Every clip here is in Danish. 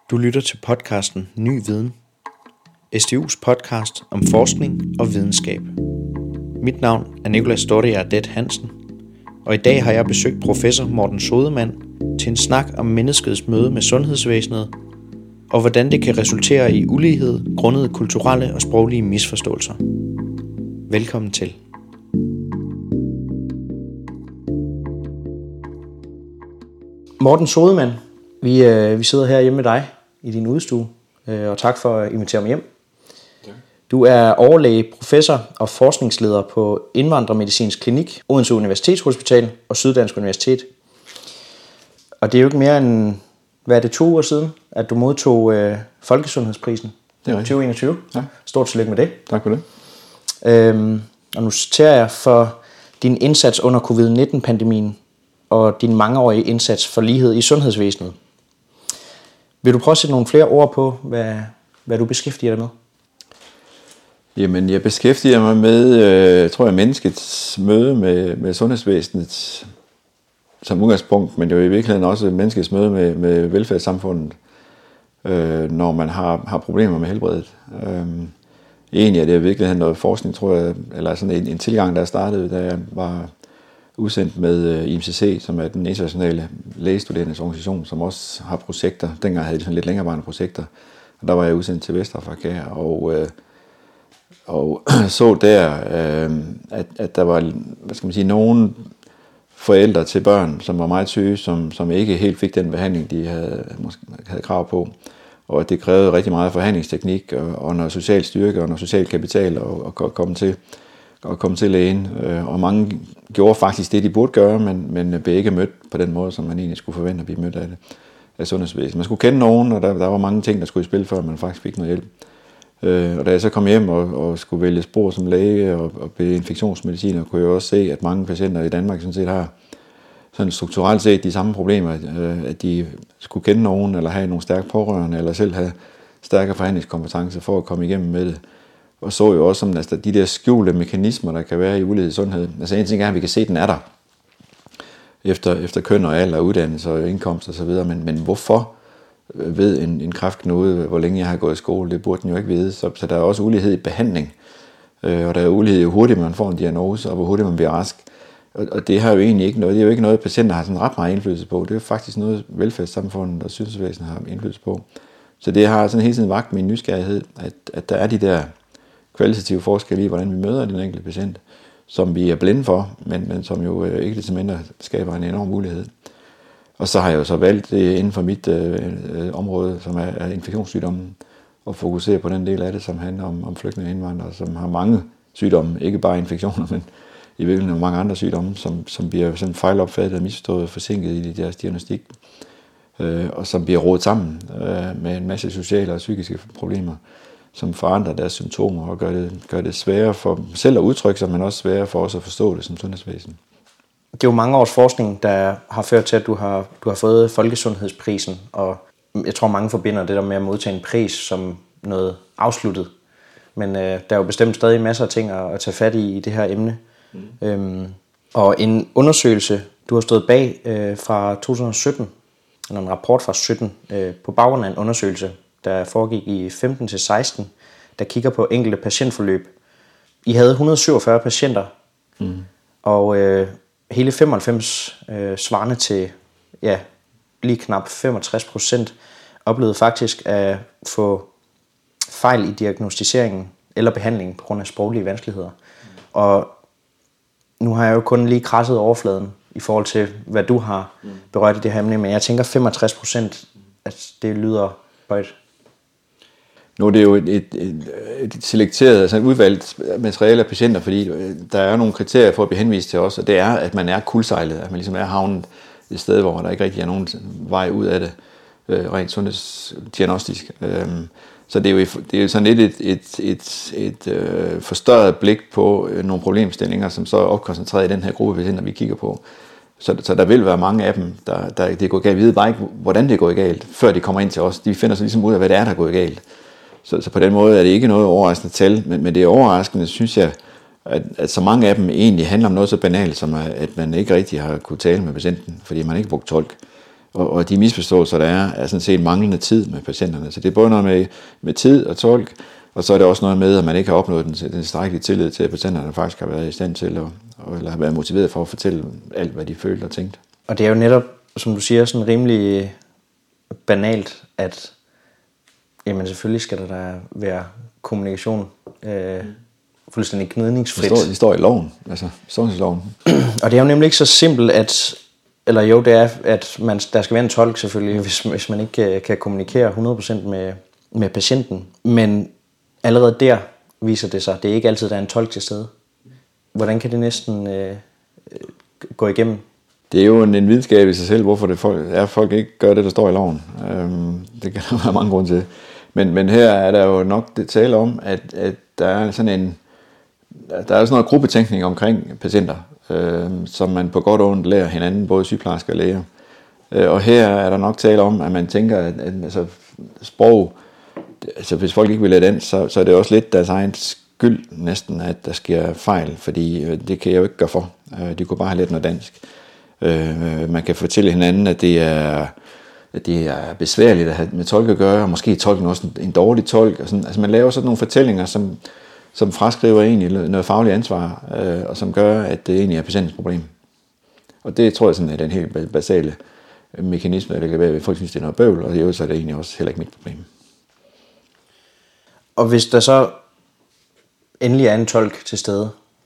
Du lytter til podcasten Ny Viden, SDU's podcast om forskning og videnskab. Mit navn er Nicolas Stortier Adet Hansen, og i dag har jeg besøgt professor Morten Sodemann til en snak om menneskets møde med sundhedsvæsenet, og hvordan det kan resultere i ulighed grundet kulturelle og sproglige misforståelser. Velkommen til. Morten Sodemann, vi sidder her hjemme med dig i din udstue, og tak for at invitere mig hjem. Ja. Du er overlæge, professor og forskningsleder på Indvandrermedicinsk Klinik, Odense Universitetshospital og Syddansk Universitet. Og det er jo ikke mere end, 2 uger siden, at du modtog Folkesundhedsprisen i 2021. Ja. Stort tillykke med det. Tak for det. Og nu citerer jeg for din indsats under covid-19-pandemien og din mangeårige indsats for lighed i sundhedsvæsenet. Vil du prøve at sætte nogle flere ord på, hvad du beskæftiger dig med? Jamen, jeg beskæftiger mig med, menneskets møde med sundhedsvæsenet som udgangspunkt, men jo i virkeligheden også menneskets møde med velfærdssamfundet, når man har problemer med helbredet. Egentlig er det i virkeligheden noget forskning, tror jeg, eller sådan en tilgang, der startede, da jeg var udsendt med IMCC, som er den internationale lægestuderendes organisation, som også har projekter. Dengang havde de sådan lidt længerevarende projekter, og der var jeg udsendt til Vestafrika, og så der, at der var, nogle forældre til børn, som var meget syge, som ikke helt fik den behandling, de havde krav på, og at det krævede rigtig meget forhandlingsteknik og noget social styrke og noget social kapital at komme til lægen, og mange gjorde faktisk det, de burde gøre, men blev ikke mødt på den måde, som man egentlig skulle forvente at blive mødt af sundhedsvæsenet. Man skulle kende nogen, og der var mange ting, der skulle i spil, før man faktisk fik noget hjælp. Og da jeg så kom hjem og skulle vælge spor som læge og blev infektionsmediciner, kunne jeg også se, at mange patienter i Danmark sådan set har sådan strukturelt set de samme problemer, at de skulle kende nogen, eller have nogle stærke pårørende, eller selv have stærkere forhandlingskompetencer for at komme igennem med det. Og så jo også som de der skjulte mekanismer, der kan være i ulighed i sundhed. Altså en ting er, at vi kan se, at den er der. Efter køn og alder, uddannelse og indkomst og så videre. Men hvorfor ved en kræftknude, hvor længe jeg har gået i skole? Det burde den jo ikke vide. Så der er også ulighed i behandling. Og der er ulighed i, hvor hurtigt man får en diagnose, og hvor hurtigt man bliver rask. Og det har jo egentlig ikke noget. Det er jo ikke noget, patienter har sådan ret meget indflydelse på. Det er jo faktisk noget, velfærdssamfundet og sundhedsvæsenet har indflydelse på. Så det har sådan hele tiden vakt min nysgerrighed, at der er de der kvalitative forskelle i, hvordan vi møder den enkelte patient, som vi er blinde for, men som jo ikke desto mindre skaber en enorm mulighed. Og så har jeg jo så valgt inden for mit område, som er infektionssygdommen, at fokusere på den del af det, som handler om flygtninge og indvandrere, som har mange sygdomme, ikke bare infektioner, men i virkeligheden mange andre sygdomme, som bliver sådan fejlopfattet og misforstået og forsinket i deres diagnostik, og som bliver rodet sammen med en masse sociale og psykiske problemer, som forandrer deres symptomer og gør det sværere for dem selv at udtrykke sig, men også sværere for os at forstå det som sundhedsvæsen. Det er jo mange års forskning, der har ført til, at du har fået Folkesundhedsprisen, og jeg tror, mange forbinder det der med at modtage en pris som noget afsluttet. Men der er jo bestemt stadig masser af ting at tage fat i det her emne. Og en undersøgelse, du har stået bag fra 2017, eller en rapport fra 2017, på baggrund af en undersøgelse, der foregik i 15-16, der kigger på enkelte patientforløb. I havde 147 patienter, og hele 95 svarende til lige knap 65% oplevede faktisk at få fejl i diagnostiseringen eller behandlingen på grund af sproglige vanskeligheder. Og nu har jeg jo kun lige krasset overfladen i forhold til, hvad du har berørt i det her emne, men jeg tænker 65%, at det lyder højt. Nu er det jo et selekteret, altså et udvalgt materiale af patienter, fordi der er nogle kriterier for at blive henvist til os, og det er, at man er kuldsejlet, at man ligesom er havnet et sted, hvor der ikke rigtig er nogen vej ud af det, rent sundhedsdiagnostisk. Så det er jo sådan lidt et forstørret blik på nogle problemstillinger, som så er opkoncentreret i den her gruppe patienter, vi kigger på. Så der vil være mange af dem, der det går galt. Vi ved bare ikke, hvordan det går galt, før de kommer ind til os. De finder sig ligesom ud af, hvad det er, der går galt. Så på den måde er det ikke noget overraskende tal, men det er overraskende, synes jeg, at så mange af dem egentlig handler om noget så banalt, som at man ikke rigtig har kunne tale med patienten, fordi man ikke brugt tolk. Og de misforståelser, der er sådan set manglende tid med patienterne. Så det er både noget med tid og tolk, og så er det også noget med, at man ikke har opnået den tilstrækkelige tillid til, at patienterne faktisk har været i stand til, eller har været motiveret for at fortælle alt, hvad de følte og tænkte. Og det er jo netop, som du siger, sådan rimelig banalt, at jamen selvfølgelig skal der da være kommunikation fuldstændig gnidningsfrit. Det står i loven, altså sundhedsloven. Og det er jo nemlig ikke så simpelt, at det er, at der skal være en tolk selvfølgelig, hvis man ikke kan kommunikere 100% med patienten. Men allerede der viser det sig, at det ikke altid der er en tolk til stede. Hvordan kan det næsten gå igennem? Det er jo en videnskab i sig selv, hvorfor folk ikke gør det, der står i loven. Det kan der være mange grunde til. Men her er der jo nok det tale om, at der er sådan noget gruppetænkning omkring patienter, som man på godt og ondt lærer hinanden, både sygeplejersker og læger. Og her er der nok tale om, at man tænker, at altså, sprog, altså hvis folk ikke vil lære dansk, så er det også lidt deres egen skyld næsten, at der sker fejl, fordi det kan jeg jo ikke gøre for. De kunne bare have lært noget dansk. Man kan fortælle hinanden, at det er besværligt at have med tolk at gøre, og måske tolken også en dårlig tolk. Og sådan. Altså man laver sådan nogle fortællinger, som fraskriver egentlig noget fagligt ansvar, og som gør, at det egentlig er patientens problem. Og det tror jeg sådan er den helt basale mekanisme, der kan være, at folk synes, det er noget bøvl, og det så er det egentlig også heller ikke mit problem. Og hvis der så endelig er en tolk til stede,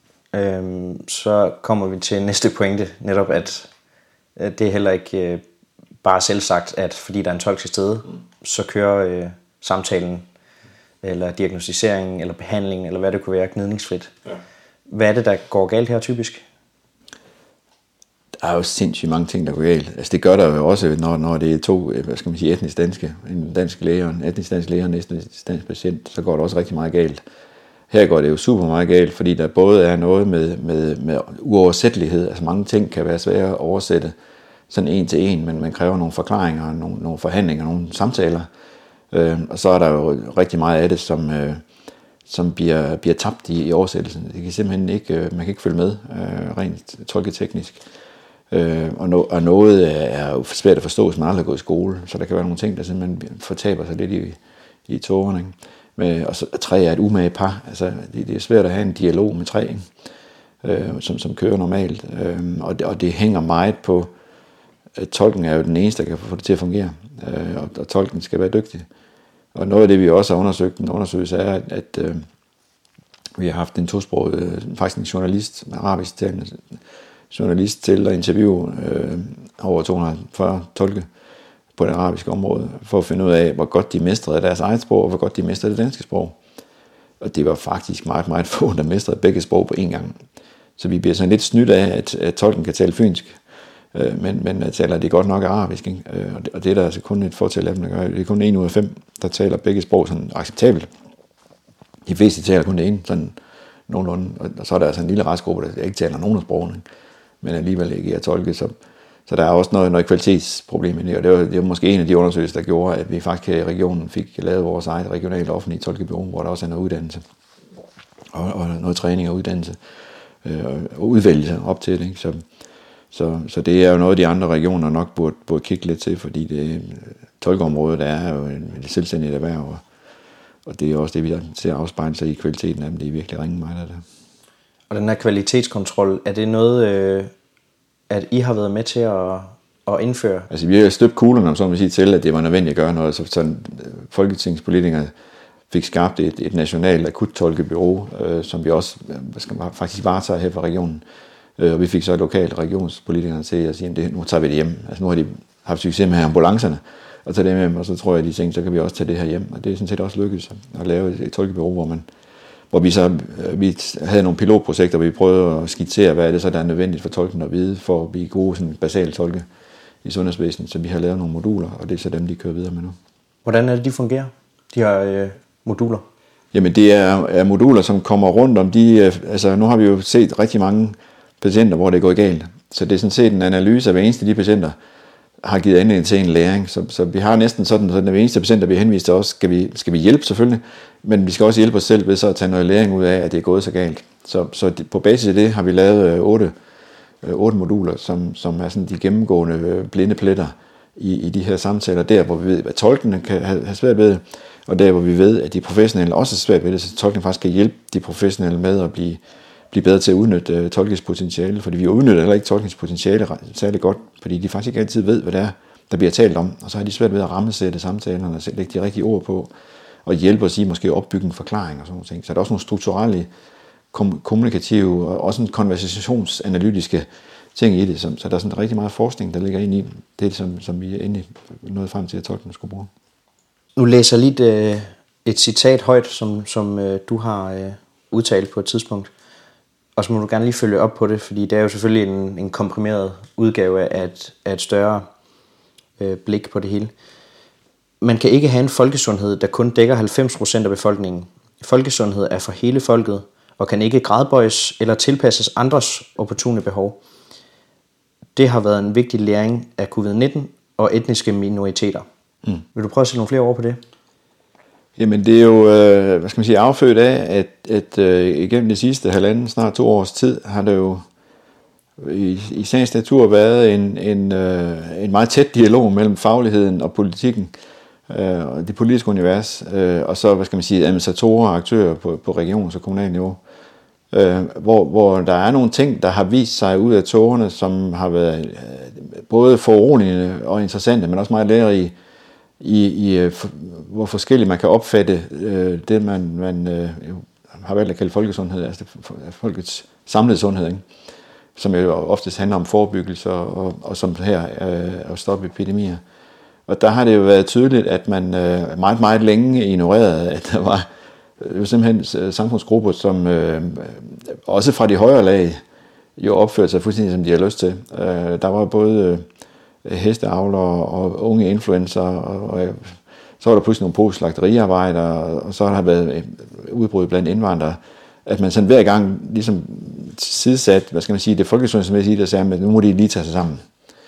så kommer vi til næste pointe, netop at det er heller ikke bare selvsagt, at fordi der er en tolk til stede, så kører samtalen, eller diagnostiseringen, eller behandlingen, eller hvad det kunne være, gnidningsfrit. Ja. Hvad er det, der går galt her typisk? Der er jo sindssygt mange ting, der går galt. Altså det gør der jo også, når det er to, etnisk danske, en dansk læge og en etnisk dansk læge og en etnisk dansk patient, så går det også rigtig meget galt. Her går det jo super meget galt, fordi der både er noget med uoversættelighed, altså mange ting kan være svære at oversætte sådan en til en, men man kræver nogle forklaringer, nogle forhandlinger, nogle samtaler, og så er der jo rigtig meget af det, som bliver tabt i oversættelsen. Det kan simpelthen ikke, man kan ikke følge med rent tolketeknisk. Og noget er jo svært at forstå, hvis man aldrig har gået i skole, så der kan være nogle ting, der simpelthen fortaber sig lidt i tårerne. Og så træ er et umage par, altså det er svært at have en dialog med træ, som kører normalt, og det hænger meget på, at tolken er jo den eneste, der kan få det til at fungere, og tolken skal være dygtig. Og noget af det, vi også har undersøgt, en undersøgelse er, at vi har haft en tosproget, faktisk en journalist, en arabisk journalist til at interviewe over 240 tolke på det arabiske område, for at finde ud af, hvor godt de mestrede deres eget sprog, og hvor godt de mestrede det danske sprog. Og det var faktisk meget, meget få, der mestrede begge sprog på én gang. Så vi bliver sådan lidt snydt af, at tolken kan tale fynsk, men taler det godt nok arabisk. Ikke? Og det er der altså kun et fortæl af dem, der gør. Det er kun 1 ud af 5, der taler begge sprog sådan acceptabelt. De fleste taler kun det ene, sådan nogenlunde, og så er der altså en lille restgruppe, der ikke taler nogen af sprogene, men alligevel ikke er tolket. Så der er også noget kvalitetsproblem i det, og det var måske en af de undersøgelser, der gjorde, at vi faktisk her i regionen fik lavet vores eget regionale offentlige tolkebureau, hvor der også er noget uddannelse, og noget træning og uddannelse, og udvælgelse op til det. Ikke? Så det er jo noget, de andre regioner nok burde kigge lidt til, fordi tolkeområdet er jo et selvstændigt erhverv, og det er også det, vi ser afspejle sig i kvaliteten af dem. Det er virkelig ringe meget af det. Og den her kvalitetskontrol, er det noget, at I har været med til at indføre? Altså vi har støbt kuglerne, som vi siger, til, at det var nødvendigt at gøre noget. Så sådan, folketingspolitikere fik skabt et nationalt akuttolkebureau, som vi også faktisk varetager her fra regionen. Og vi fik så lokalt regionspolitikerne til at sige, at nu tager vi det hjem. Altså nu har de haft succes med ambulancerne, og tage det med, og så tror jeg, at de tænkte, så kan vi også tage det her hjem. Og det er sådan set også lykkedes at lave et tolkebureau, hvor vi havde nogle pilotprojekter, hvor vi prøvede at skitsere, hvad er det så, der er nødvendigt for tolken at vide, for at blive gode sådan basale tolke i sundhedsvæsenet. Så vi har lavet nogle moduler, og det er så dem, de kører videre med nu. Hvordan er det, de fungerer, de her moduler? Jamen det er moduler, som kommer rundt om altså nu har vi jo set rigtig mange patienter, hvor det går galt. Så det er sådan set en analyse af hver eneste af de patienter, har givet anledning til en læring. Så vi har næsten sådan, at hver eneste patient, der bliver henvist til os, skal vi hjælpe selvfølgelig, men vi skal også hjælpe os selv ved så at tage noget læring ud af, at det er gået så galt. Så på basis af det har vi lavet 8 moduler, som er sådan de gennemgående blinde pletter i de her samtaler, der hvor vi ved, at tolkene kan have svært ved det, og der hvor vi ved, at de professionelle også er svært ved det, så tolkene faktisk kan hjælpe de professionelle med at blive bedre til at udnytte tolkningspotentiale, fordi vi udnytter heller ikke tolkningspotentiale særlig godt, fordi de faktisk ikke altid ved, hvad det er, der bliver talt om, og så har de svært ved at rammesætte samtalerne og lægge de rigtige ord på, og hjælpe os i måske opbygge en forklaring og sådan noget. Så er der også nogle strukturelle, kommunikative og også en konversationsanalytiske ting i det, så der er sådan rigtig meget forskning, der ligger ind i det, som vi er endelig nået frem til, at tolken skulle bruge. Nu læser jeg lige et citat højt, som du har udtalt på et tidspunkt, og så må du gerne lige følge op på det, fordi det er jo selvfølgelig en komprimeret udgave af et større blik på det hele. Man kan ikke have en folkesundhed, der kun dækker 90% af befolkningen. Folkesundhed er for hele folket, og kan ikke gradbøjes eller tilpasses andres opportune behov. Det har været en vigtig læring af covid-19 og etniske minoriteter. Vil du prøve at sætte nogle flere ord på det? Jamen det er jo, affødt af, at igennem de sidste snart 2 års tid, har det jo i sagens natur været en meget tæt dialog mellem fagligheden og politikken, og det politiske univers, og så, administratorer og aktører på regions- og kommunalt niveau. Hvor der er nogle ting, der har vist sig ud af togene, som har været både foruroligende og interessante, men også meget lærerige i hvor forskelligt man kan opfatte det, man har valgt at kalde folkesundhed, altså folkets samlede sundhed, ikke? Som jo oftest handler om forebyggelse og som her at stoppe epidemier. Og der har det jo været tydeligt, at man meget, meget længe ignorerede, at der var jo simpelthen samfundsgrupper, som også fra de højere lag jo opførte sig fuldstændig, som de har lyst til. Der var både hesteavlere og unge influencer, og så var der pludselig nogle polslagteriarbejdere, og så har der været udbrud blandt indvandrere, at man sådan hver gang ligesom sidesat, det folkesundhedsmæssige, der sagde, at nu må de lige tage sig sammen.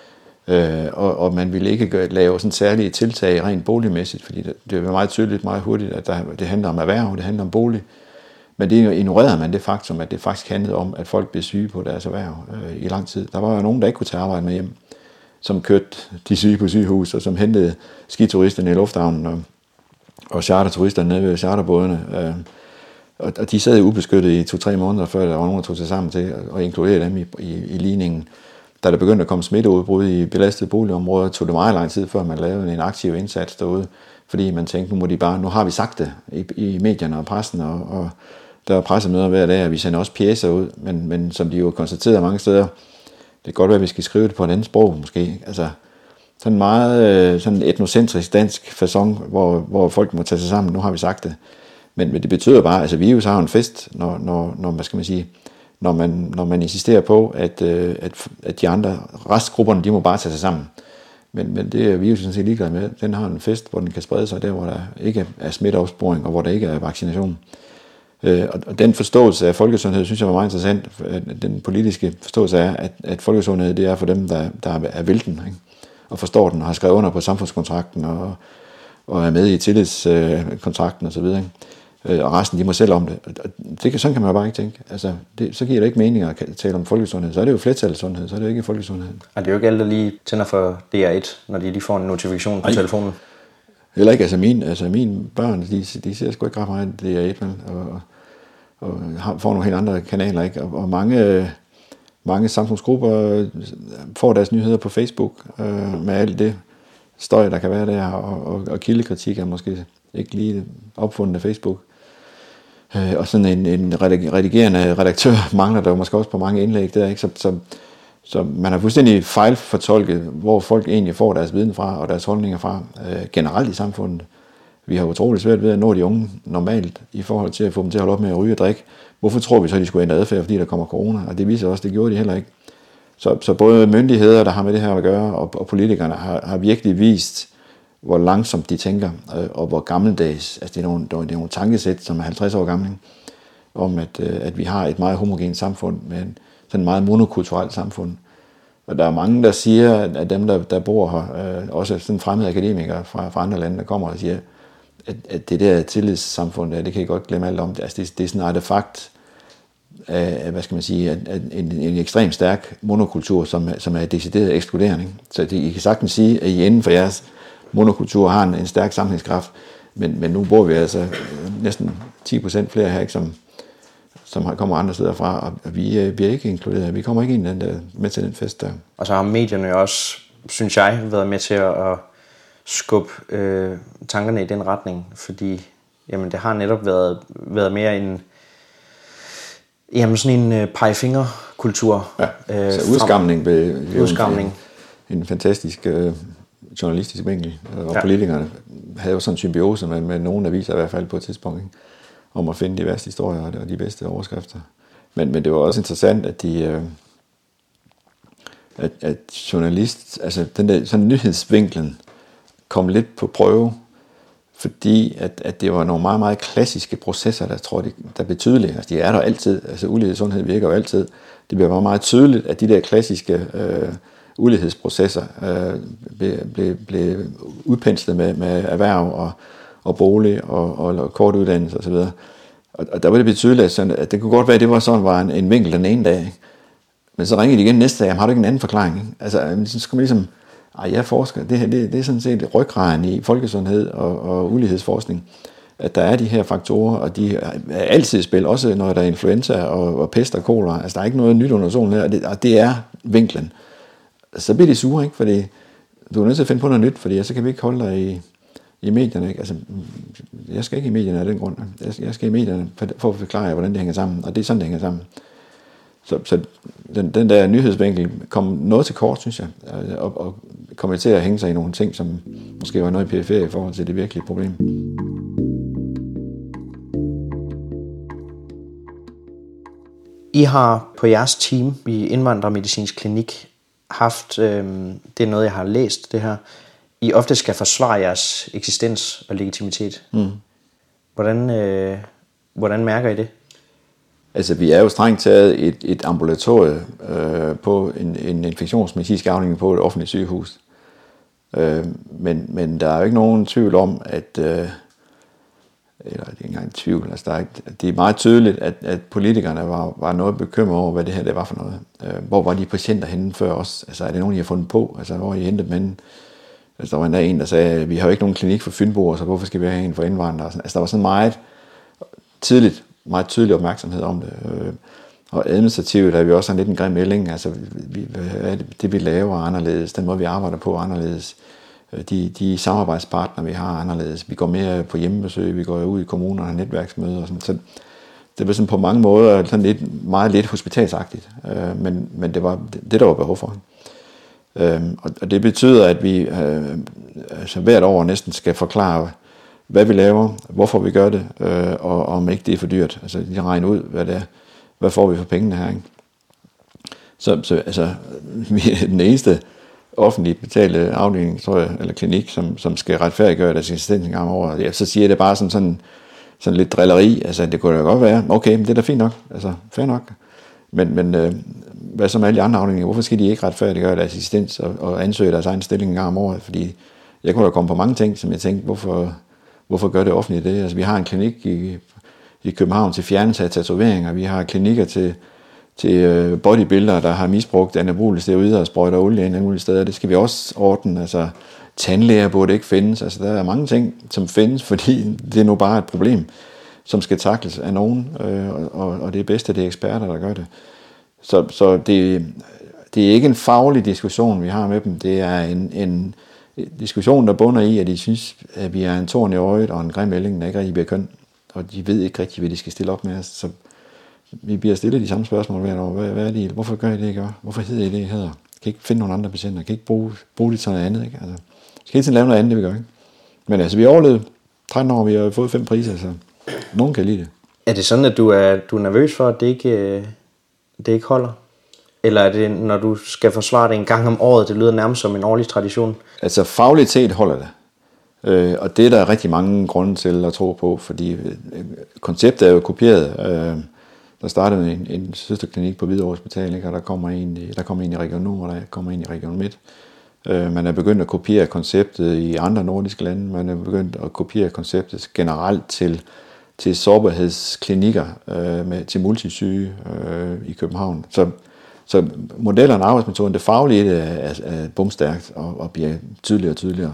Og man ville ikke lave sådan særlige tiltag rent boligmæssigt, fordi det var meget tydeligt, meget hurtigt, at det handler om erhverv, det handler om bolig. Men det ignorerede man det faktum, at det faktisk handlede om, at folk blev syge på deres erhverv i lang tid. Der var jo nogen, der ikke kunne tage arbejde med hjem, som kørte de syge på sygehus, og som hentede skituristerne i lufthavnen og charterturisterne nede ved charterbådene. Og de sad jo ubeskyttet i 2-3 måneder, før der var nogen, der tog sig sammen til at inkludere dem i ligningen. Da der begyndte at komme smitteudbrud i belastede boligområder, tog det meget lang tid, før man lavede en aktiv indsats derude, fordi man tænkte, nu har vi sagt det i medierne og pressen, og der er pressemøder hver dag, og vi sender også pjecer ud, men som de jo konstaterede mange steder, det kan godt være, at vi skal skrive det på et andet sprog måske, altså sådan meget sådan etnocentrisk dansk facon, hvor folk må tage sig sammen, nu har vi sagt det, men det betyder bare, altså virus har en fest, når man insisterer på, at de andre restgrupperne, de må bare tage sig sammen. Men det er virusen sådan set ligeglad med. Den har en fest, hvor den kan sprede sig der, hvor der ikke er smitteopsporing, og hvor der ikke er vaccination. Og den forståelse af folkesundhed, synes jeg var meget interessant. Den politiske forståelse er, at folkesundhed, det er for dem, der er vilden, ikke? Og forstår den, og har skrevet under på samfundskontrakten, og er med i tillidskontrakten osv., ikke? Og resten, de må selv om det. Sådan kan man jo bare ikke tænke. Altså, så giver det ikke mening at tale om folkesundhed. Så er det jo flertalssundhed, så er det jo ikke folkesundhed. Og det er jo ikke alle, der lige tænder for DR1, når de lige får en notifikation på telefonen. Heller ikke. Mine børn, de ser sgu ikke ret meget DR1, og får nogle helt andre kanaler, ikke? Og mange samfundsgrupper får deres nyheder på Facebook med alt det støj, der kan være der, og kildekritik er måske ikke lige opfundet af Facebook. Og sådan en redigerende redaktør mangler der jo måske også på mange indlæg der, ikke? Så man har fuldstændig fejlfortolket, hvor folk egentlig får deres viden fra, og deres holdninger fra, generelt i samfundet. Vi har utroligt svært ved at nå de unge normalt, i forhold til at få dem til at holde op med at ryge og drikke. Hvorfor tror vi så, at de skulle ændre adfærd, fordi der kommer corona? Og det viser også, det gjorde de heller ikke. Så både myndigheder, der har med det her at gøre, og politikerne har virkelig vist, hvor langsomt de tænker, og hvor gammeldags, altså det er nogle tankesæt, som er 50 år gamle, om at vi har et meget homogent samfund, med sådan et meget monokulturelt samfund. Og der er mange, der siger, at dem, der bor her, også sådan fremmede akademikere fra andre lande, der kommer og siger, at det der tillidssamfund, det kan I godt glemme alt om. Altså det er sådan et artefakt af hvad skal man sige, af en ekstremt stærk monokultur, som er decideret ekskluderende. Så I kan sagtens sige, at I inden for jeres monokultur har en stærk sammenhængskraft, men nu bor vi altså næsten 10% flere her, ikke, som kommer andre steder fra, og vi er ikke inkluderet. Vi kommer ikke ind med til den fest der. Og så har medierne jo også, synes jeg, været med til at skubbe tankerne i den retning, fordi jamen, det har netop været mere en sådan en pegefingerkultur. Ja, så udskamning blev udskamning. En fantastisk journalistisk vinkel, og politikerne havde jo sådan en symbiose med nogle aviser i hvert fald på et tidspunkt, ikke? Om at finde de værste historier og de bedste overskrifter. Men det var også interessant, at at journalist, altså den der sådan nyhedsvinklen kom lidt på prøve, fordi at det var nogle meget, meget klassiske processer, der blev tydelige. Altså de er der altid, altså ulighed i sundhed virker jo altid. Det bliver meget, meget tydeligt, at de der klassiske ulighedsprocesser blev udpenslet med erhverv og bolig og kort uddannelse osv. Og der var det betydeligt, at det kunne godt være, at det var en vinkel den ene dag. Ikke? Men så ringede de igen næste dag, har du ikke en anden forklaring? Ikke? Altså, så skulle man ligesom, jeg forsker, det er sådan set ryggraden i folkesundhed og ulighedsforskning, at der er de her faktorer, og de er altid i spil, også når der er influenza og pest og kolera. Altså, der er ikke noget nyt under solen her, og det er vinklen. Så bliver de sure, ikke? Fordi du er nødt til at finde på noget nyt, fordi så kan vi ikke holde dig i medierne. Ikke? Altså, jeg skal ikke i medierne af den grund. Jeg skal i medierne for at forklare, hvordan det hænger sammen, og det er sådan, det hænger sammen. Så den der nyhedsvinkel kom noget til kort, synes jeg, og kom til at hænge sig i nogle ting, som måske var noget i periferie i forhold til det virkelige problem. I har på jeres team i Indvandrermedicinsk Klinik haft, det er noget, jeg har læst det her, I ofte skal forsvare jeres eksistens og legitimitet. Hvordan mærker I det? Altså, vi er jo strengt taget et ambulatorie på en infektionsmedicinsk afdeling på et offentligt sygehus. Men der er jo ikke nogen tvivl om, at eller det er ikke engang tvivl, altså det er meget tydeligt, at politikerne var noget bekymret over, hvad det her det var for noget. Hvor var de patienter henne før os? Altså, er det nogen, I har fundet på? Altså, hvor I hentet dem? Altså, der var endda en, der sagde, vi har jo ikke nogen klinik for fynboer, så hvorfor skal vi have en for indvandrere? Altså, der var sådan meget tydelig opmærksomhed om det. Og administrativt er vi også sådan lidt en grim melding. Altså, det vi laver er anderledes. Den måde, vi arbejder på er anderledes. De samarbejdspartnere, vi har, er anderledes. Vi går mere på hjemmebesøg, vi går ud i kommuner og har netværksmøder og sådan. Så det var sådan på mange måder sådan meget lidt hospitalsagtigt. Men det var det, der var behov for. Og det betyder, at vi altså hvert år næsten skal forklare, hvad vi laver, hvorfor vi gør det, og om ikke det er for dyrt. Altså, de regner ud, hvad får vi for pengene her, ikke? Så altså, vi er den eneste offentligt betalte afdeling, tror jeg, eller klinik, som skal retfærdiggøre deres eksistens en gang om året. Ja, så siger jeg det bare sådan lidt drilleri. Altså, det kunne da godt være. Okay, men det er da fint nok. Altså, fair nok. Men hvad så med alle de andre afdelinger? Hvorfor skal de ikke retfærdiggøre deres eksistens og ansøge deres egen stilling en gang om året? Fordi jeg kunne da komme på mange ting, som jeg tænkte, hvorfor gør det offentligt det? Altså, vi har en klinik i København til fjernelse af tatoveringer. Vi har klinikker til bodybuildere, der har misbrugt anabole steroider og sprøjter olie ind alle mulige steder. Det skal vi også ordne. Altså, tandlæger burde ikke findes. Altså, der er mange ting, som findes, fordi det er nu bare et problem, som skal takles af nogen, og det er bedst, at det er eksperter, der gør det. Så det er ikke en faglig diskussion, vi har med dem. Det er en diskussion, der bunder i, at de synes, at vi er en torn i øjet og en grim ælling, der ikke rigtig bliver køn, og de ved ikke rigtig, hvad de skal stille op med os. Så vi bliver stillet de samme spørgsmål hvert år. Hvad er det? Hvorfor gør I det, I gør? Hvorfor hedder I det, I hedder? Kan I ikke finde nogle andre patienter? Kan I ikke bruge det til noget andet? Ikke? Altså, skal hele tiden lave noget andet, det vi gør, ikke? Men altså, vi har overlevet 13 år, vi har fået 5 priser, så nogen kan lide det. Er det sådan, at du er nervøs for, at det ikke holder? Eller er det, når du skal forsvare det en gang om året, det lyder nærmest som en årlig tradition? Altså, fagligt set holder det. Og det er der rigtig mange grunde til at tro på, fordi konceptet er jo kopieret. Der startede en søsterklinik på Hvidovre Hospital, ikke? Og der kommer en i Region Nord, og der kommer en i Region Midt. Man er begyndt at kopiere konceptet i andre nordiske lande. Man er begyndt at kopiere konceptet generelt til til sårbarhedsklinikker til multisyge i København. Så modellerne og arbejdsmetoden, det faglige er bumstærkt og bliver tydeligere og tydeligere.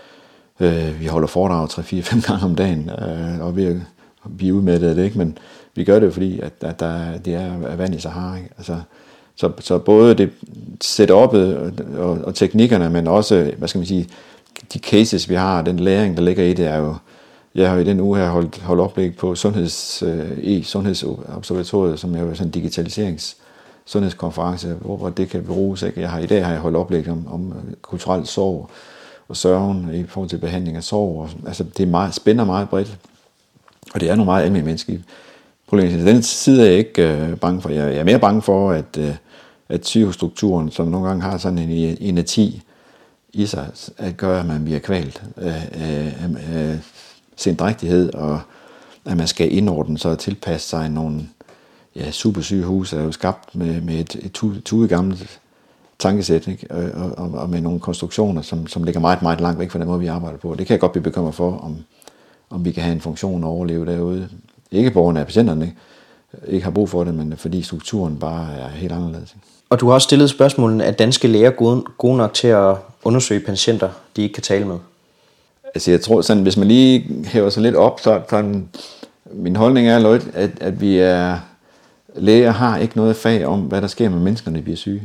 Vi holder foredrag 3-4-5 gange om dagen, og vi er udmattet af det, ikke? Men vi gør det jo fordi, at det er vand i Sahara. Ikke? Altså, så både det setup'et og teknikkerne, men også, hvad skal man sige, de cases, vi har, den læring, der ligger i det, er jo, jeg har i den uge her holdt oplæg på Sundhedsobservatoriet, som er jo sådan en sundhedskonference, hvor det kan bruges. Ikke? I dag har jeg holdt oplæg om kulturel sorg og sørgen i forhold til behandling af sorg. Altså, det spænder meget bredt, og det er nogle meget almindelige menneskelige problemer. Den side er jeg ikke bange for. Jeg er mere bange for, at sygehusstrukturen, som nogle gange har sådan en inerti i sig, at gøre, at man bliver kvalt af sindrigtighed, og at man skal indordne sig og tilpasse sig nogle supersygehuse, er jo skabt med et tudegammelt tankesæt, ikke? Og med nogle konstruktioner, som ligger meget, meget langt væk fra den måde, vi arbejder på. Det kan jeg godt blive bekymret for, om vi kan have en funktion og overleve derude. Ikke på grund af patienterne ikke har brug for det, men fordi strukturen bare er helt anderledes. Og du har også stillet spørgsmålet, er danske læger gode nok til at undersøge patienter, de ikke kan tale med? Altså jeg tror sådan, hvis man lige hæver sig lidt op, så min holdning er, at læger har ikke noget fag om, hvad der sker med menneskerne, der bliver syge.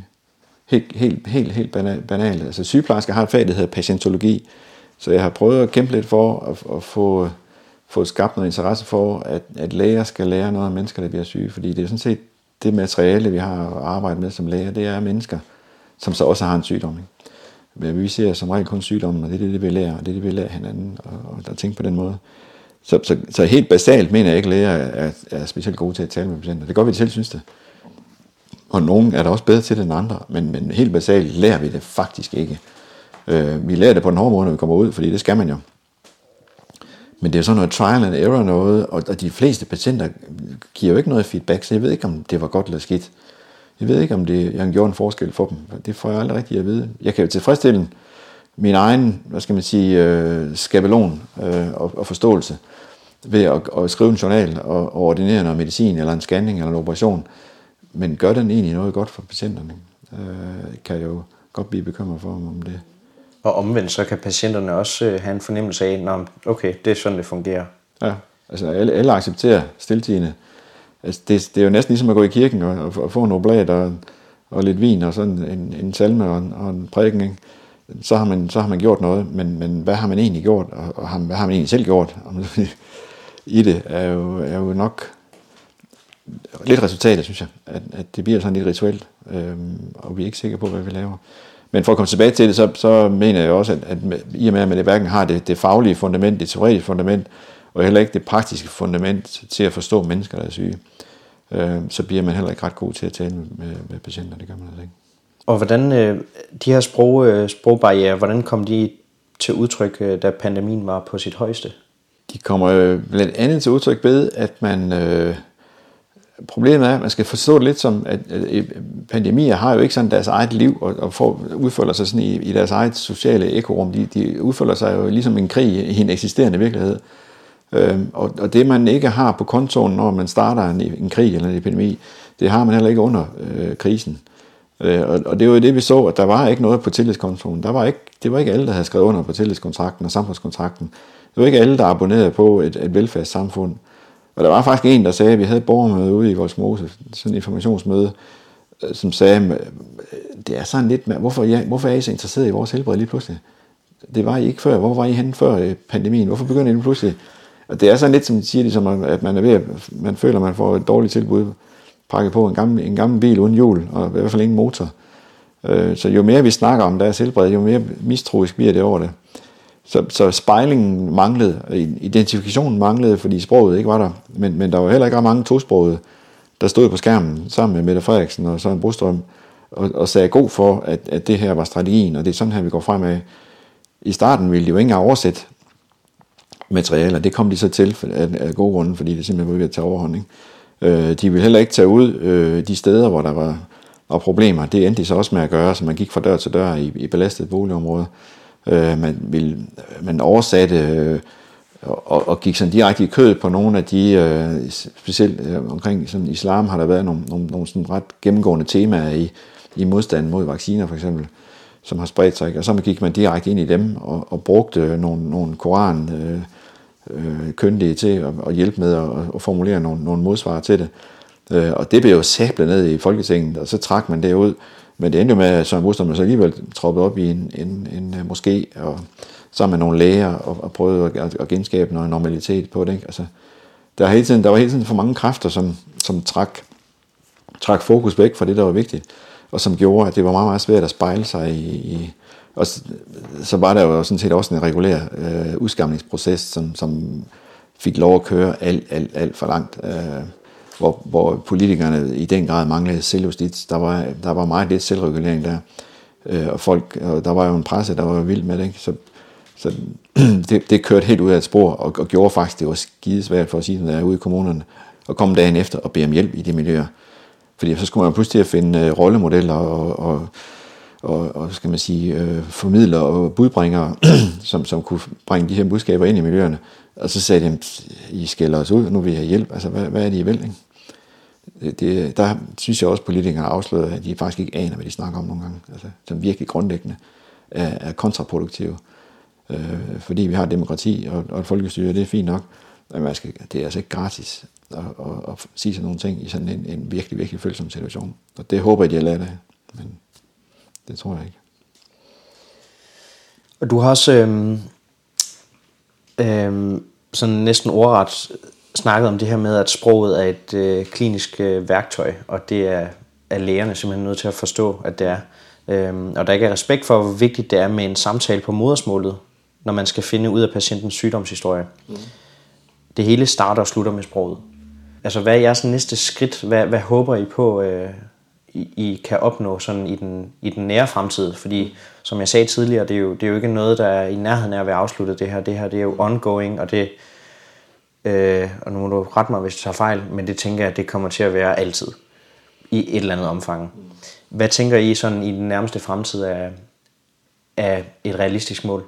Helt banalt. Altså sygeplejersker har et fag, der hedder patientologi, så jeg har prøvet at kæmpe lidt for at få skabt noget interesse for, at læger skal lære noget om mennesker, der bliver syge, fordi det er sådan set det materiale, vi har at arbejde med som læger, det er mennesker, som så også har en sygdom. Ikke? Men vi ser som regel kun sygdommen, og det er det, vi lærer, og det er det, vi lærer hinanden, og der tænker på den måde. Så helt basalt mener jeg ikke, at læger er specielt gode til at tale med patienter. Det gør vi selv, synes det. Og nogen er der også bedre til det end andre, men helt basalt lærer vi det faktisk ikke. Vi lærer det på den hårde måde, når vi kommer ud, fordi det skal man jo. Men det er sådan noget trial and error noget, og de fleste patienter giver jo ikke noget feedback, så jeg ved ikke, om det var godt eller skidt. Jeg ved ikke, om jeg har gjort en forskel for dem. Det får jeg aldrig rigtig at vide. Jeg kan jo tilfredsstille min egen, skabelon og forståelse ved at skrive en journal og ordinere noget medicin, eller en scanning, eller en operation. Men gør den egentlig noget godt for patienterne? Kan jeg jo godt blive bekymret for om det. Og omvendt, så kan patienterne også have en fornemmelse af, okay, det er sådan, det fungerer. Ja, altså alle accepterer stiltigende. Altså, det er jo næsten ligesom at gå i kirken og få en oblat og lidt vin og sådan en salme og en prædiken, ikke? Så har man gjort noget, men hvad har man egentlig gjort, og hvad har man egentlig selv gjort i det, er jo nok lidt resultatet, synes jeg, at det bliver sådan lidt rituelt, og vi er ikke sikre på, hvad vi laver. Men for at komme tilbage til det, så mener jeg også, at i og med, at man hverken har det faglige fundament, det teoretiske fundament, og heller ikke det praktiske fundament til at forstå mennesker, der er syge, så bliver man heller ikke ret god til at tale med patienter, det gør man altså ikke. Og hvordan de her sprogbarrierer, hvordan kom de til udtryk, da pandemien var på sit højeste? De kommer blandt andet til udtryk ved, at man... Problemet er, at man skal forstå det lidt som, at pandemier har jo ikke sådan deres eget liv, og udfolder sig sådan i deres eget sociale ekorum. De udfolder sig jo ligesom en krig i en eksisterende virkelighed. Og det man ikke har på kontoen, når man starter en krig eller en epidemi, det har man heller ikke under krisen. Og det var jo det, vi så, at der var ikke noget på tillidskontoen. Det var ikke alle, der havde skrevet under på tillidskontrakten og samfundskontrakten. Det var ikke alle, der abonnerede på et velfærdssamfund. Og der var faktisk en, der sagde, at vi havde et borgermøde ude i Vollsmose, sådan et informationsmøde, som sagde, det er sådan lidt, hvorfor er I så interesseret i vores helbred lige pludselig? Det var I ikke før. Hvor var I henne før pandemien? Hvorfor begynder I lige pludselig? Og det er sådan lidt, som de siger, ligesom, at man føler, at man får et dårligt tilbud pakket på en gammel bil uden hjul, og i hvert fald ingen motor. Så jo mere vi snakker om deres helbred, jo mere mistroisk bliver det over det. Så spejlingen manglede, identifikationen manglede, fordi sproget ikke var der. Men der var heller ikke ret mange tosprogede, der stod på skærmen sammen med Mette Frederiksen og Søren Brostrøm og sagde god for, at det her var strategien, og det er sådan her, vi går fremad. I starten ville de jo ikke engang oversætte materialer. Det kom de så til af gode grunde, fordi det simpelthen var ved at tage overhånd. Ikke? De ville heller ikke tage ud de steder, hvor der var problemer. Det endte de så også med at gøre, så man gik fra dør til dør i belastede boligområder. Man oversatte og gik sådan direkte i kødet på nogle af de, specielt omkring sådan islam har der været nogle sådan ret gennemgående temaer i modstanden mod vacciner for eksempel, som har spredt sig, og så gik man direkte ind i dem og brugte nogle koran kyndige til at hjælpe med at formulere nogle modsvar til det. Og det blev jo sablet ned i Folketinget, og så trak man det ud. Men det endte jo med, at Søren Brostrøm så alligevel troppede op i en moské, og sammen med nogle læger, og prøvede at genskabe noget normalitet på det. Ikke? Altså, der var hele tiden for mange kræfter, som trak fokus væk fra det, der var vigtigt, og som gjorde, at det var meget, meget svært at spejle sig i og så var der jo sådan set også en regulær udskamningsproces, som fik lov at køre alt for langt, hvor politikerne i den grad manglede selvjustits. Der var meget lidt selvregulering der, og der var jo en presse, der var vild med det, ikke? Så det kørte helt ud af et spor, og gjorde faktisk, det var skidesvært for at sige, der ude i kommunerne, og komme dagen efter og bede om hjælp i de miljøer. Fordi så skulle man pludselig finde rollemodeller og skal man sige, formidlere og budbringere, som kunne bringe de her budskaber ind i miljøerne. Og så sagde de, I skælder os ud, nu vil I have hjælp. Altså, hvad er det, I vil? Ikke? Der synes jeg også, politikere har afsløret, at de faktisk ikke aner, hvad de snakker om nogle gange. Altså, som virkelig grundlæggende er kontraproduktive. Fordi vi har demokrati og et folkestyre, det er fint nok. Men det er altså ikke gratis at sige sådan nogle ting i sådan en virkelig, virkelig følsom situation. Og det håber jeg, de har lært af. Men det tror jeg ikke. Og du har også sådan næsten ordret snakket om det her med, at sproget er et klinisk værktøj, og det er lægerne simpelthen nødt til at forstå, at det er. Og der ikke er respekt for, hvor vigtigt det er med en samtale på modersmålet, når man skal finde ud af patientens sygdomshistorie. Det hele starter og slutter med sproget. Altså, hvad er jeres næste skridt? Hvad håber I på, I kan opnå sådan i den nære fremtid? Fordi, som jeg sagde tidligere, det er jo ikke noget, der er i nærheden af at være afsluttet. Det her det er jo ongoing, og det og nu må du rette mig, hvis du tager fejl, men det tænker jeg, at det kommer til at være altid i et eller andet omfang. Hvad tænker I sådan i den nærmeste fremtid af et realistisk mål?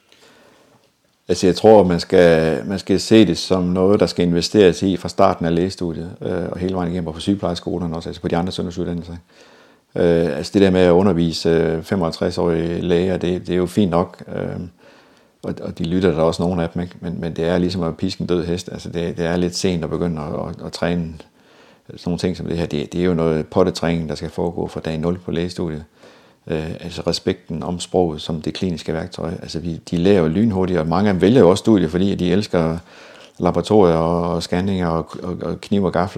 Altså jeg tror, man skal se det som noget, der skal investeres i fra starten af lægestudiet, og hele vejen igennem på sygeplejeskolerne også, altså på de andre sundhedsuddannelser. Altså det der med at undervise 55-årige læger, det er jo fint nok, og de lytter der også nogle af dem, ikke? Men det er ligesom at piske en død hest. Altså det er lidt sent at begynde at træne sådan nogle ting som det her. Det er jo noget pottetræning, der skal foregå fra dag 0 på lægestudiet. Altså respekten om sproget som det kliniske værktøj. Altså de lærer jo lynhurtigt, og mange af dem vælger jo også studiet, fordi de elsker laboratorier og scanninger og kniv og gaffel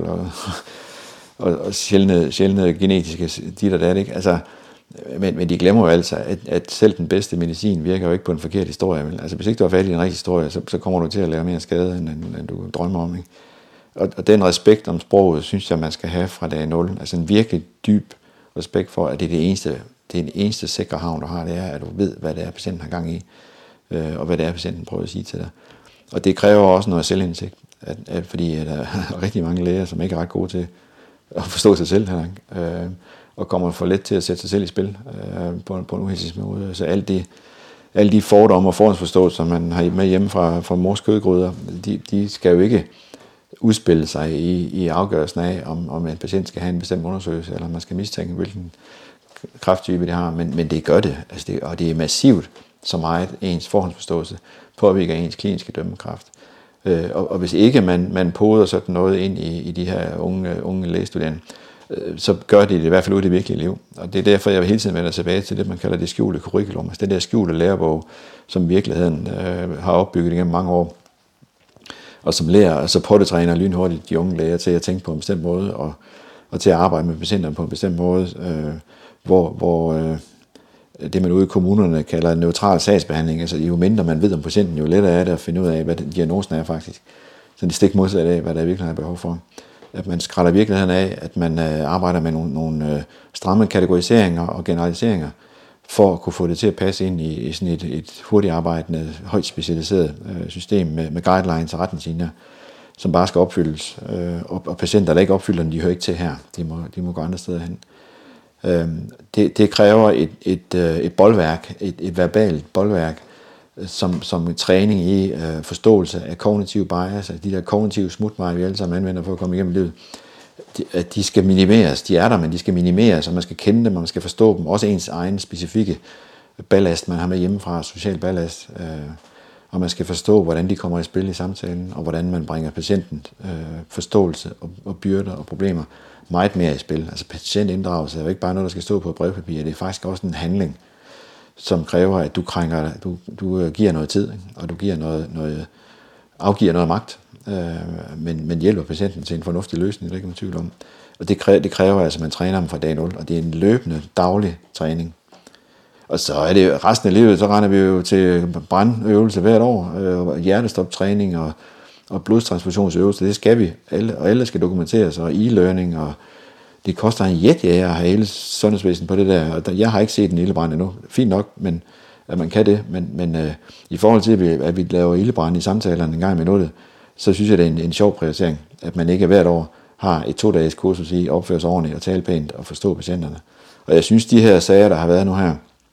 og sjældne genetiske dit og dat, ikke? Altså, men de glemmer jo altså, at selv den bedste medicin virker jo ikke på en forkert historie. Vel? Altså hvis ikke du har fat i en rigtig historie, så kommer du til at lave mere skade, end du drømmer om, ikke? Og den respekt om sproget, synes jeg, man skal have fra dag 0. Altså en virkelig dyb respekt for, at det er den eneste sikre havn, du har, det er, at du ved, hvad det er, patienten har gang i, og hvad det er, patienten prøver at sige til dig. Og det kræver også noget selvindsigt, fordi der er rigtig mange læger, som ikke er ret gode til at forstå sig selv her, og kommer for let til at sætte sig selv i spil på en uhensigtsmæssig måde. Så alle de fordomme og forhåndsforståelser, man har med hjemme fra mors kødgryder, de skal jo ikke udspille sig i afgørelsen af, om en patient skal have en bestemt undersøgelse, eller man skal mistænke, hvilken kræfttype det har, men det gør det. Altså og det er massivt så meget ens forhåndsforståelse påvirker ens kliniske dømmekraft. Og hvis ikke man poder sådan noget ind i de her unge lægestuderende, så gør de det i hvert fald ud i det virkelige liv. Og det er derfor, jeg hele tiden vender tilbage til det, man kalder det skjulte curriculum. Altså det der skjulte lærebog, som virkeligheden har opbygget igennem mange år. Og som lærer, og så pottetræner lynhurtigt de unge læger til at tænke på en bestemt måde, og til at arbejde med patienterne på en bestemt måde, hvor det man ude i kommunerne kalder en neutral sagsbehandling, altså jo mindre man ved om patienten, jo lettere er det at finde ud af, hvad diagnosen er faktisk. Så det stik modsat af, hvad der virkelig er behov for. At man skræller virkeligheden af, at man arbejder med nogle stramme kategoriseringer og generaliseringer, for at kunne få det til at passe ind i sådan et hurtigt arbejdende, højt specialiseret system med guidelines og retningslinjer, som bare skal opfyldes. Og patienter, der ikke opfylder dem, de hører ikke til her. De må gå andre steder hen. Det kræver et bolværk, et verbalt bolværk, som træning i forståelse af kognitive bias, de der kognitive smutveje, vi alle sammen anvender for at komme igennem livet, at de skal minimeres. De er der, men de skal minimeres, og man skal kende dem, og man skal forstå dem. Også ens egen specifikke ballast, man har med hjemmefra, social ballast, og man skal forstå, hvordan de kommer i spil i samtalen, og hvordan man bringer patienten forståelse og byrder og problemer meget mere i spil. Altså patientinddragelse er jo ikke bare noget, der skal stå på et brevpapir, det er faktisk også en handling, som kræver, at du giver noget tid, og du giver afgiver noget magt, men hjælper patienten til en fornuftig løsning, det er ikke nogen tvivl om. Og det kræver altså, at man træner dem fra dag 0, og det er en løbende, daglig træning. Og så er det resten af livet, så render vi jo til brandøvelse hvert år, hjertestoptræning og blodtransfusionsøvelse, det skal vi, og alle skal dokumenteres, og e-learning, og det koster en jetjager at have hele sundhedsvæsenet på det der, og jeg har ikke set en ildebrand endnu. Fint nok, men at man kan det, men i forhold til, at vi laver ildebrand i samtalerne en gang i minuttet, så synes jeg, det er en sjov prioritering, at man ikke hvert år har et 2-dages kursus i at opføre sig ordentligt og tale pænt og forstå patienterne. Og jeg synes, de her sager, der har været nu her,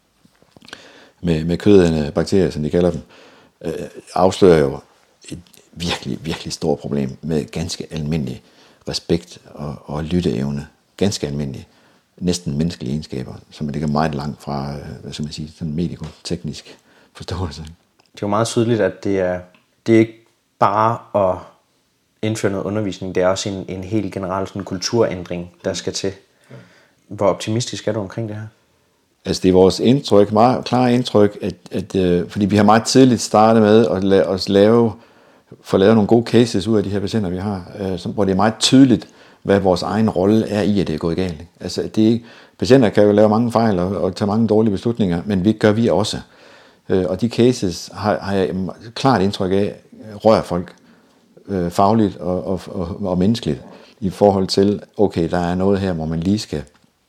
med kødædende bakterier, som de kalder dem, afslører jo et virkelig, virkelig stort problem med ganske almindelig respekt og lytteevne. Ganske almindelige, næsten menneskelige egenskaber, som ligger meget langt fra, sådan medikoteknisk forståelse. Det er jo meget tydeligt, at det er ikke bare at indføre noget undervisning, det er også en helt generel sådan kulturændring, der skal til. Hvor optimistisk er du omkring det her? Altså det er vores indtryk, meget klare indtryk, at fordi vi har meget tidligt startet med at få lavet nogle gode cases ud af de her patienter, vi har, hvor det er meget tydeligt, hvad vores egen rolle er i, at det er gået galt. Altså patienter kan jo lave mange fejl og tage mange dårlige beslutninger, men det gør vi også. Og de cases har jeg klart indtryk af, rører folk fagligt og menneskeligt i forhold til, okay, der er noget her, hvor man lige skal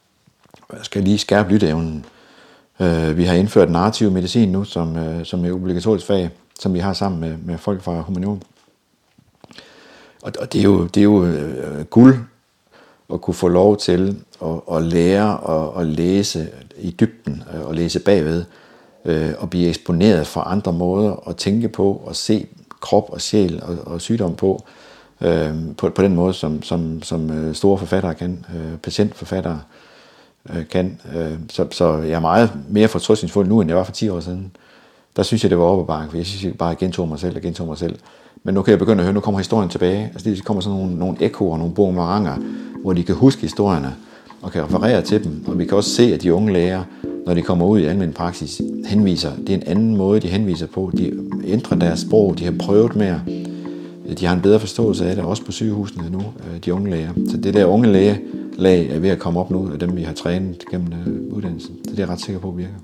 skærpe lytteevnen. Vi har indført narrativ medicin nu, som er obligatorisk fag, som vi har sammen med folk fra humaniora. Og det er jo guld at kunne få lov til at lære og læse i dybden og læse bagved og blive eksponeret for andre måder at tænke på og se krop og sjæl og sygdom på den måde, som store forfattere kan, patientforfattere kan. Så jeg er meget mere fortrøstningsfuld nu, end jeg var for 10 år siden. Der synes jeg, det var op ad bakke, for jeg synes, jeg bare gentog mig selv. Men nu kan jeg begynde at høre, nu kommer historien tilbage. Altså det kommer sådan nogle ekkoer, nogle boomeranger, hvor de kan huske historierne og kan referere til dem. Og vi kan også se, at de unge læger, når de kommer ud i almen praksis, henviser. Det er en anden måde, de henviser på. De ændrer deres sprog, de har prøvet mere. De har en bedre forståelse af det, også på sygehusene nu, de unge læger. Så det der unge lægelag er ved at komme op nu, af dem vi har trænet gennem uddannelsen. Så det er jeg ret sikker på virker.